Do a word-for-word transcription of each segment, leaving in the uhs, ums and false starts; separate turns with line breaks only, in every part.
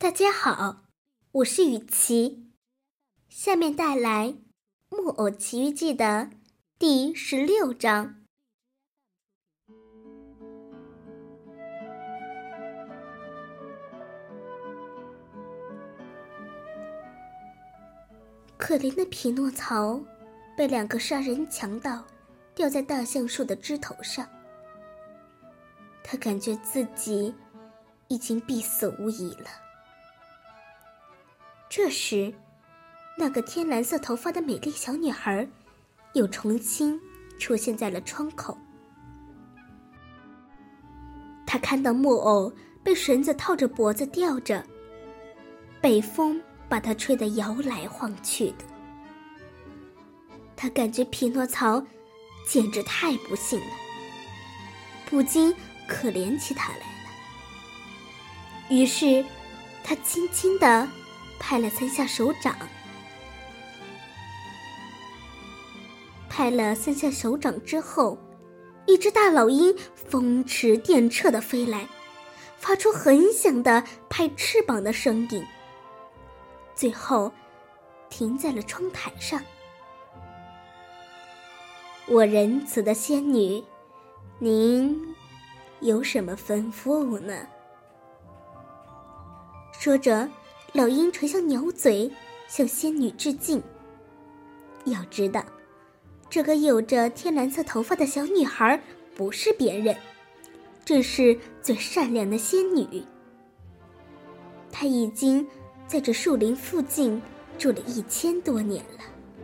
大家好，我是雨琪，下面带来《木偶奇遇记》的第十六章。可怜的匹诺曹被两个杀人强盗吊在大橡树的枝头上，他感觉自己已经必死无疑了。这时，那个天蓝色头发的美丽小女孩又重新出现在了窗口。她看到木偶被绳子套着脖子吊着，北风把它吹得摇来晃去的。她感觉匹诺曹简直太不幸了，不禁可怜起他来了。于是她轻轻地拍了三下手掌，拍了三下手掌之后，一只大老鹰风驰电掣地飞来，发出很响的拍翅膀的声音，最后停在了窗台上。我仁慈的仙女，您有什么吩咐呢？说着，老鹰垂下鸟嘴，向仙女致敬。要知道，这个有着天蓝色头发的小女孩不是别人，正是最善良的仙女。她已经在这树林附近住了一千多年了。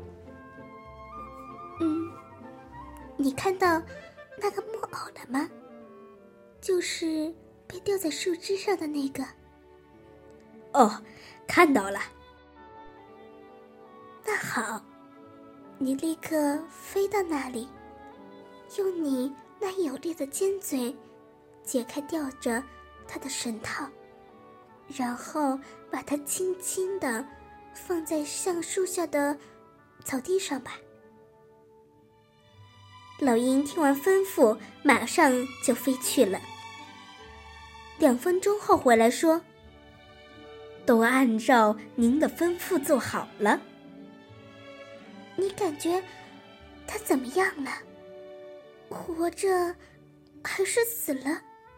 嗯，你看到那个木偶了吗？就是被吊在树枝上的那个。
哦，看到了。
那好，你立刻飞到那里，用你那有力的尖嘴解开吊着它的绳套，然后把它轻轻地放在橡树下的草地上吧。老鹰听完吩咐，马上就飞去了。两分钟后回来说，
都按照您的吩咐做好了。
你感觉他怎么样了？活着还是死了？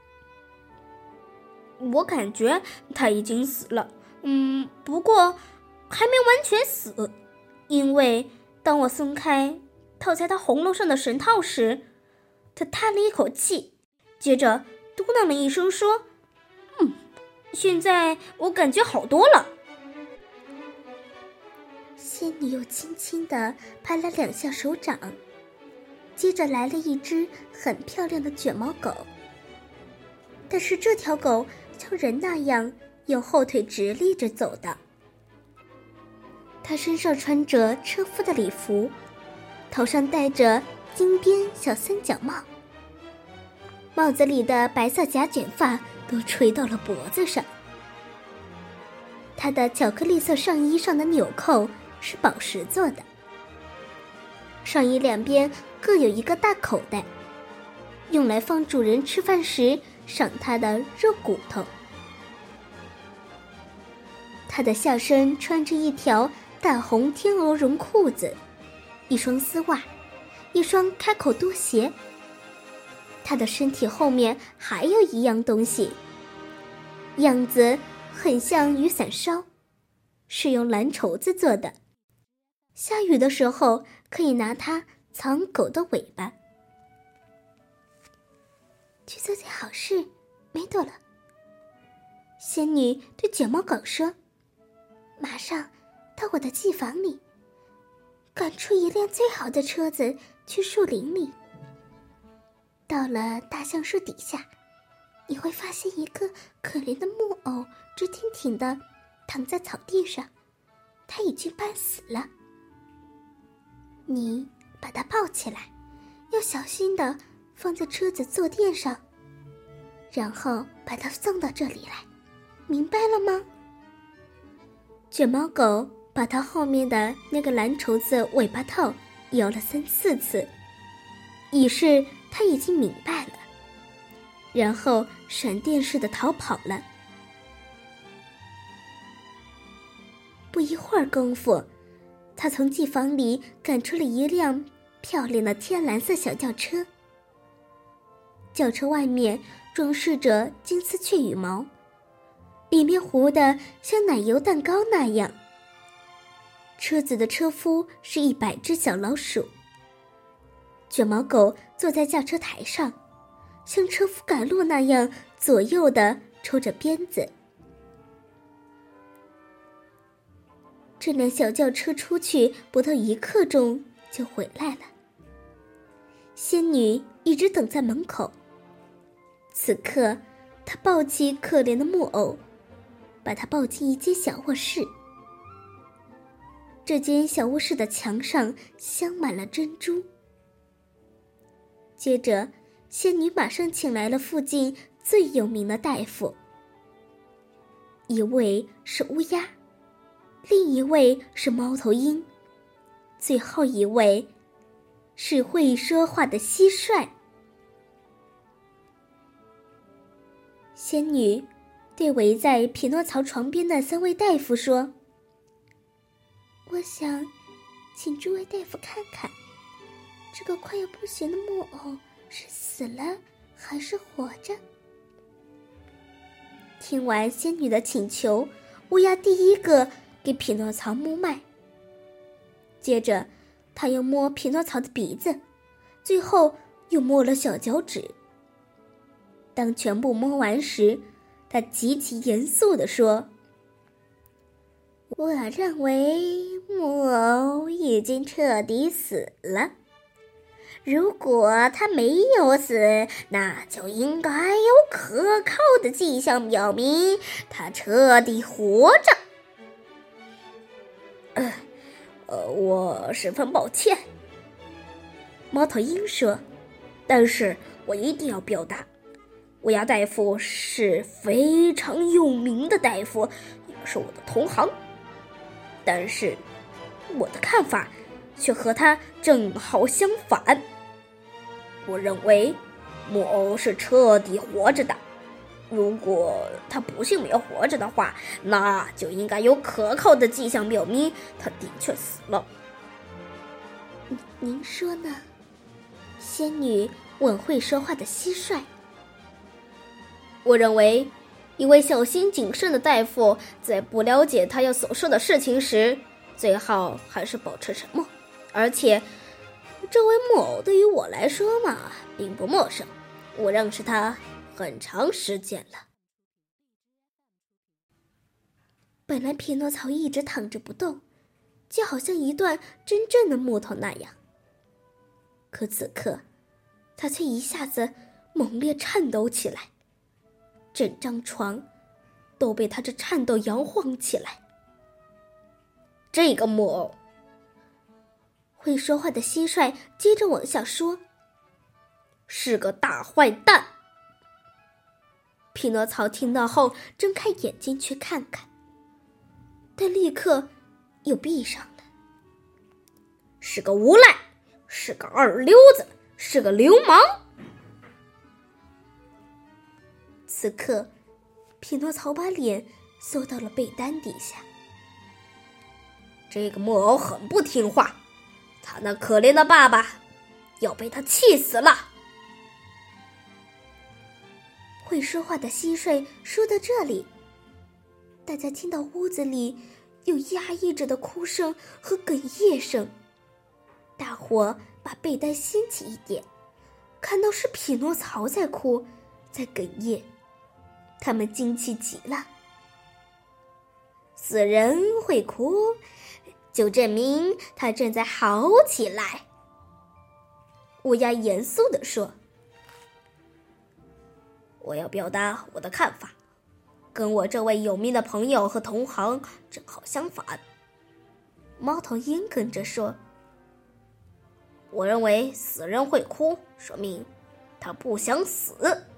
我感觉他已经死了，嗯，不过还没完全死，因为当我松开套在他喉咙上的绳套时，他叹了一口气，接着嘟囔了一声说，嗯，现在我感觉好多了。
仙女又轻轻地拍了两下手掌，接着来了一只很漂亮的卷毛狗。但是这条狗像人那样用后腿直立着走的，它身上穿着车夫的礼服，头上戴着金边小三角帽，帽子里的白色假卷发都垂到了脖子上。它的巧克力色上衣上的纽扣是宝石做的，上衣两边各有一个大口袋，用来放主人吃饭时赏他的肉骨头。他的下身穿着一条大红天鹅绒裤子，一双丝袜，一双开口多鞋。他的身体后面还有一样东西，样子很像雨伞梢，是用蓝绸子做的，下雨的时候可以拿它藏狗的尾巴。去做件好事，没多了。仙女对卷毛狗说，马上到我的技房里，赶出一辆最好的车子去树林里。到了大橡树底下，你会发现一个可怜的木偶直挺挺地躺在草地上，他已经半死了。你把它抱起来，要小心地放在车子坐垫上，然后把它送到这里来，明白了吗？卷毛狗把它后面的那个蓝绸子尾巴套摇了三四次，以示他已经明白了，然后闪电似的逃跑了。 不一会儿功夫，他从机房里赶出了一辆漂亮的天蓝色小轿车。轿车外面装饰着金丝雀羽毛，里面糊得像奶油蛋糕那样。车子的车夫是一百只小老鼠。卷毛狗坐在轿车台上，像车夫赶路那样左右地抽着鞭子。这辆小轿车出去不到一刻钟就回来了。仙女一直等在门口。此刻，她抱起可怜的木偶，把它抱进一间小卧室。这间小卧室的墙上镶满了珍珠。接着，仙女马上请来了附近最有名的大夫，一位是乌鸦，另一位是猫头鹰，最后一位是会说话的蟋蟀。仙女对围在匹诺曹床边的三位大夫说：“我想请诸位大夫看看，这个快要不行的木偶是死了还是活着？”听完仙女的请求，乌鸦第一个给匹诺曹摸脉，接着他又摸匹诺曹的鼻子，最后又摸了小脚趾。当全部摸完时，他极其严肃地说：“我认为木偶已经彻底死了。如果他没有死，那就应该有可靠的迹象表明他彻底活着。”呃，呃，我十分抱歉，猫头鹰说，但是我一定要表达，乌鸦大夫是非常有名的大夫，也是我的同行，但是我的看法却和他正好相反。我认为木偶是彻底活着的，如果他不幸没有活着的话，那就应该有可靠的迹象表明他的确死了。您说呢？仙女问会说话的蟋蟀。我认为一位小心谨慎的大夫在不了解他要所说的事情时，最好还是保持沉默。而且这位木偶对于我来说嘛，并不陌生，我认识他很长时间了。本来匹诺曹一直躺着不动，就好像一段真正的木头那样，可此刻他却一下子猛烈颤抖起来，整张床都被他这颤抖摇晃起来。这个木偶，会说话的蟋蟀接着往下说，是个大坏蛋。匹诺曹听到后睁开眼睛去看看，但立刻又闭上了。是个无赖，是个二流子，是个流氓。此刻匹诺曹把脸缩到了被单底下。这个木偶很不听话，他那可怜的爸爸要被他气死了。会说话的蟋蟀说到这里，大家听到屋子里有压抑着的哭声和哽咽声，大伙把被单掀起一点，看到是匹诺曹在哭，在哽咽，他们惊奇极了。死人会哭，就证明他正在好起来。乌鸦严肃地说：“我要表达我的看法，跟我这位有名的朋友和同行正好相反。”猫头鹰跟着说：“我认为死人会哭，说明他不想死。”